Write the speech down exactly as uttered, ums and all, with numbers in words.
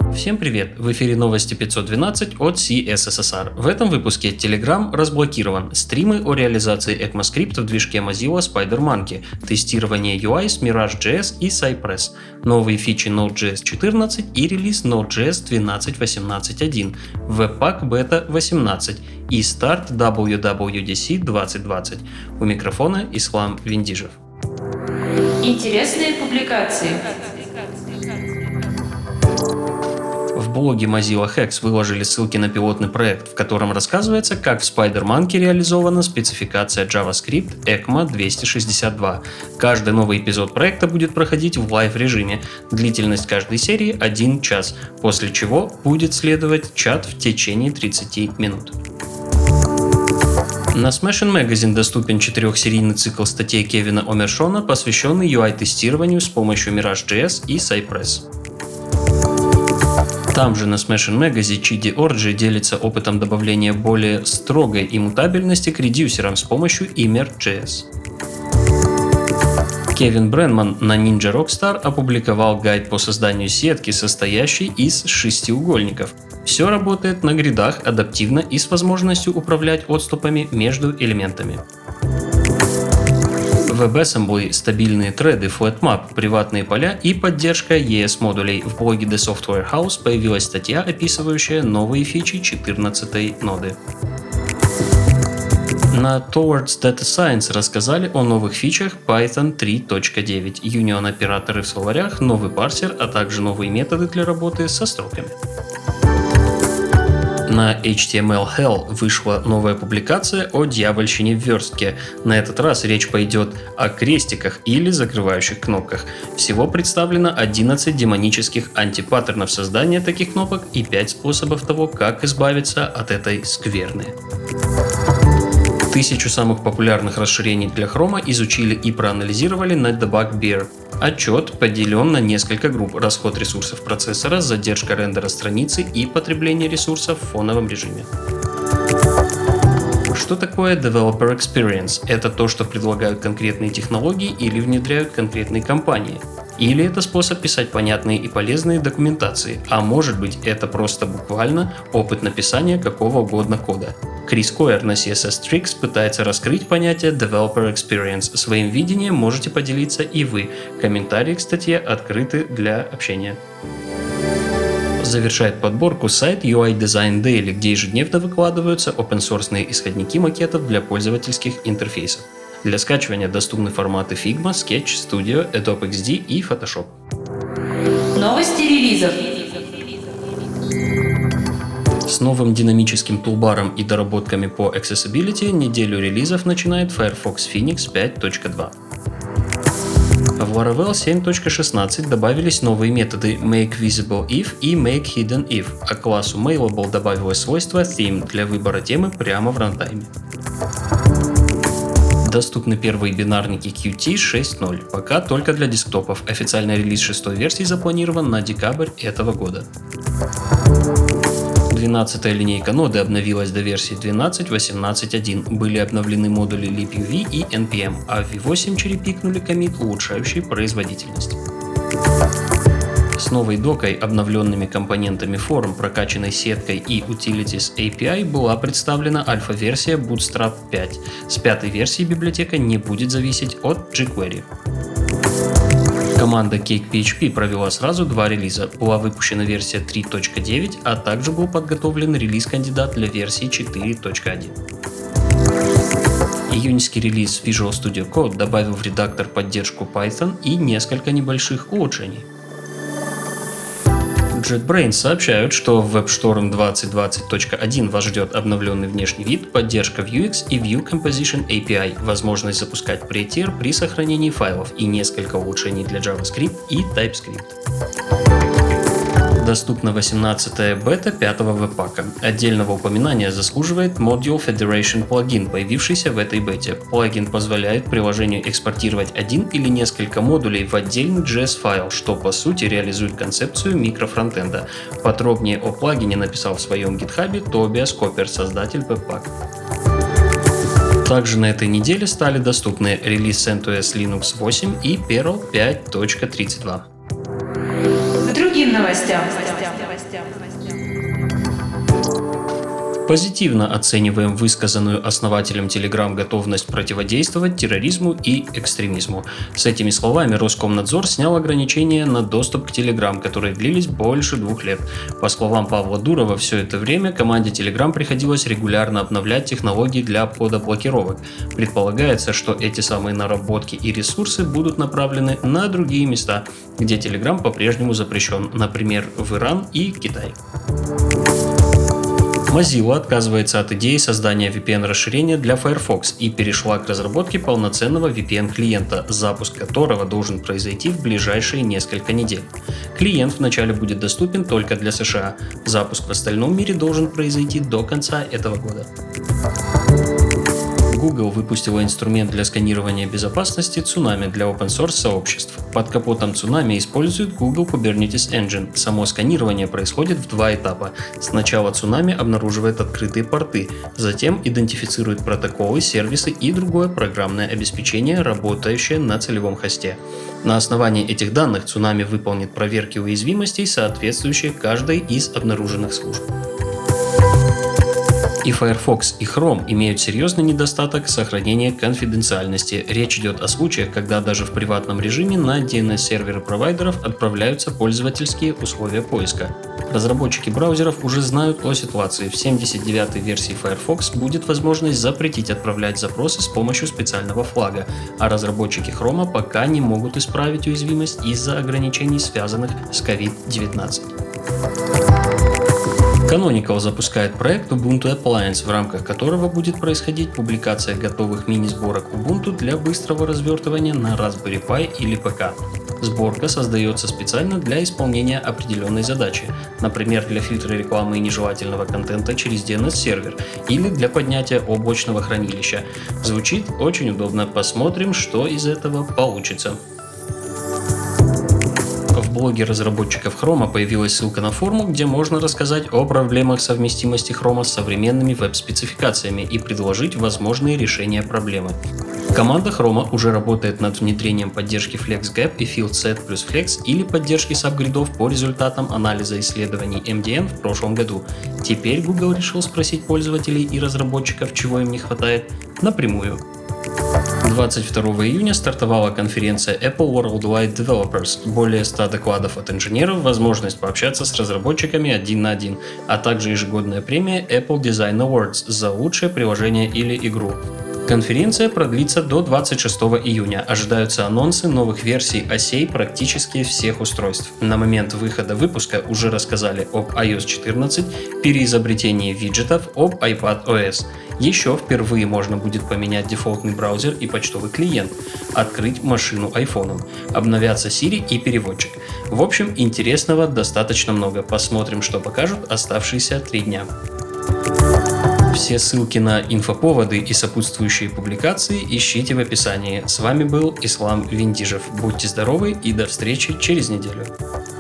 Всем привет! В эфире новости пятьсот двенадцать от си эс эс эс ар. В этом выпуске Telegram разблокирован, стримы о реализации ECMAScript в движке Mozilla SpiderMonkey, тестирование ю ай с Mirage.js и Cypress, новые фичи Node.js четырнадцать и релиз Node.js двенадцать точка восемнадцать точка один, Webpack Beta восемнадцать и старт дабл ю дабл ю ди си двадцать двадцать. У микрофона Ислам Виндижев. Интересные публикации. В блоге Mozilla Hacks выложили ссылки на пилотный проект, в котором рассказывается, как в SpiderMonkey реализована спецификация JavaScript ECMA двести шестьдесят два. Каждый новый эпизод проекта будет проходить в лайв-режиме. Длительность каждой серии один час, после чего будет следовать чат в течение тридцати минут. На Smashing Magazine доступен четырехсерийный цикл статей Кевина Омершона, посвященный ю ай-тестированию с помощью Mirage.js и Cypress. Там же на Smashing Magazine Чиди Орджи делится опытом добавления более строгой иммутабельности к редюсерам с помощью Immer.js. Кевин Бренман на Ninja Rockstar опубликовал гайд по созданию сетки, состоящей из шестиугольников. Все работает на гридах адаптивно и с возможностью управлять отступами между элементами. В WebAssembly стабильные треды, FlatMap, приватные поля и поддержка и эс модулей. В блоге The Software House появилась статья, описывающая новые фичи четырнадцатой ноды. На Towards Data Science рассказали о новых фичах Python три точка девять, Union операторы в словарях, новый парсер, а также новые методы для работы со строками. На эйч ти эм эл Hell вышла новая публикация о дьявольщине в верстке. На этот раз речь пойдет о крестиках или закрывающих кнопках. Всего представлено одиннадцать демонических антипаттернов создания таких кнопок и пять способов того, как избавиться от этой скверны. Тысячу самых популярных расширений для Chrome изучили и проанализировали на Debug.bear. Отчет поделен на несколько групп: расход ресурсов процессора, задержка рендера страницы и потребление ресурсов в фоновом режиме. Что такое Developer Experience? Это то, что предлагают конкретные технологии или внедряют конкретные компании. Или это способ писать понятные и полезные документации, а может быть это просто буквально опыт написания какого угодно кода. Крис Койер на си эс эс Tricks пытается раскрыть понятие Developer Experience. Своим видением можете поделиться и вы. Комментарии к статье открыты для общения. Завершает подборку сайт ю ай Design Daily, где ежедневно выкладываются open-source исходники макетов для пользовательских интерфейсов. Для скачивания доступны форматы Figma, Sketch, Studio, Adobe икс ди и Photoshop. Новости релизов. С новым динамическим тулбаром и доработками по Accessibility неделю релизов начинает Firefox Phoenix пять точка два. В Laravel семь точка шестнадцать добавились новые методы MakeVisibleIf и MakeHiddenIf, а к классу Mailable добавилось свойство Theme для выбора темы прямо в рантайме. Доступны первые бинарники кью ти шесть ноль, пока только для десктопов. Официальный релиз шестой версии запланирован на декабрь этого года. двенадцатая линейка ноды обновилась до версии двенадцать точка восемнадцать точка один. Были обновлены модули libuv и эн пи эм, а в ви восемь черепикнули коммит, улучшающий производительность. С новой докой, обновленными компонентами форм, прокачанной сеткой и Utilities эй пи ай была представлена альфа-версия Bootstrap пять. С пятой версии библиотека не будет зависеть от jQuery. Команда CakePHP провела сразу два релиза. Была выпущена версия три точка девять, а также был подготовлен релиз-кандидат для версии четыре точка один. Июньский релиз Visual Studio Code добавил в редактор поддержку Python и несколько небольших улучшений. JetBrains сообщают, что в WebStorm двадцать двадцать точка один вас ждет обновленный внешний вид, поддержка Vuex и Vue Composition эй пи ай, возможность запускать pre-tier при сохранении файлов и несколько улучшений для JavaScript и TypeScript. Доступна восемнадцатая бета пятого веб-пака. Отдельного упоминания заслуживает Module Federation плагин, появившийся в этой бете. Плагин позволяет приложению экспортировать один или несколько модулей в отдельный джей эс-файл, что по сути реализует концепцию микрофронтенда. Подробнее о плагине написал в своем гитхабе Тобиас Коппер, создатель веб-пак. Также на этой неделе стали доступны релиз CentOS Linux восемь и Perl пять точка тридцать два. К другим новостям. Позитивно оцениваем высказанную основателем Telegram готовность противодействовать терроризму и экстремизму. С этими словами Роскомнадзор снял ограничения на доступ к Telegram, которые длились больше двух лет. По словам Павла Дурова, все это время команде Telegram приходилось регулярно обновлять технологии для обхода блокировок. Предполагается, что эти самые наработки и ресурсы будут направлены на другие места, где Telegram по-прежнему запрещен, например, в Иран и Китай. Mozilla отказывается от идеи создания ви пи эн-расширения для Firefox и перешла к разработке полноценного ви пи эн-клиента, запуск которого должен произойти в ближайшие несколько недель. Клиент вначале будет доступен только для США. Запуск в остальном мире должен произойти до конца этого года. Google выпустила инструмент для сканирования безопасности Tsunami для open-source сообществ. Под капотом Tsunami используют Google Kubernetes Engine. Само сканирование происходит в два этапа. Сначала Tsunami обнаруживает открытые порты, затем идентифицирует протоколы, сервисы и другое программное обеспечение, работающее на целевом хосте. На основании этих данных Tsunami выполнит проверки уязвимостей, соответствующие каждой из обнаруженных служб. И Firefox, и Chrome имеют серьезный недостаток сохранения конфиденциальности. Речь идет о случаях, когда даже в приватном режиме на ди эн эс-серверы провайдеров отправляются пользовательские условия поиска. Разработчики браузеров уже знают о ситуации. В семьдесят девятой версии Firefox будет возможность запретить отправлять запросы с помощью специального флага, а разработчики Chrome пока не могут исправить уязвимость из-за ограничений, связанных с ковид девятнадцать. Canonical запускает проект Ubuntu Appliance, в рамках которого будет происходить публикация готовых мини-сборок Ubuntu для быстрого развертывания на Raspberry Pi или пэ ка. Сборка создается специально для исполнения определенной задачи, например, для фильтра рекламы и нежелательного контента через ди эн эс-сервер или для поднятия облачного хранилища. Звучит очень удобно, посмотрим, что из этого получится. В блоге разработчиков Chrome появилась ссылка на форум, где можно рассказать о проблемах совместимости Chrome с современными веб-спецификациями и предложить возможные решения проблемы. Команда Chrome уже работает над внедрением поддержки FlexGap и FieldSet плюс Flex или поддержки сабгридов по результатам анализа исследований эм ди эн в прошлом году. Теперь Google решил спросить пользователей и разработчиков, чего им не хватает, напрямую. двадцать второго июня стартовала конференция Apple Worldwide Developers, более ста докладов от инженеров, возможность пообщаться с разработчиками один на один, а также ежегодная премия Apple Design Awards за лучшее приложение или игру. Конференция продлится до двадцать шестого июня. Ожидаются анонсы новых версий осей практически всех устройств. На момент выхода выпуска уже рассказали об ай о эс четырнадцать, переизобретении виджетов, об iPadOS. Еще впервые можно будет поменять дефолтный браузер и почтовый клиент, открыть машину айфоном, обновятся Siri и переводчик. В общем, интересного достаточно много. Посмотрим, что покажут оставшиеся три дня. Все ссылки на инфоповоды и сопутствующие публикации ищите в описании. С вами был Ислам Виндижев. Будьте здоровы и до встречи через неделю.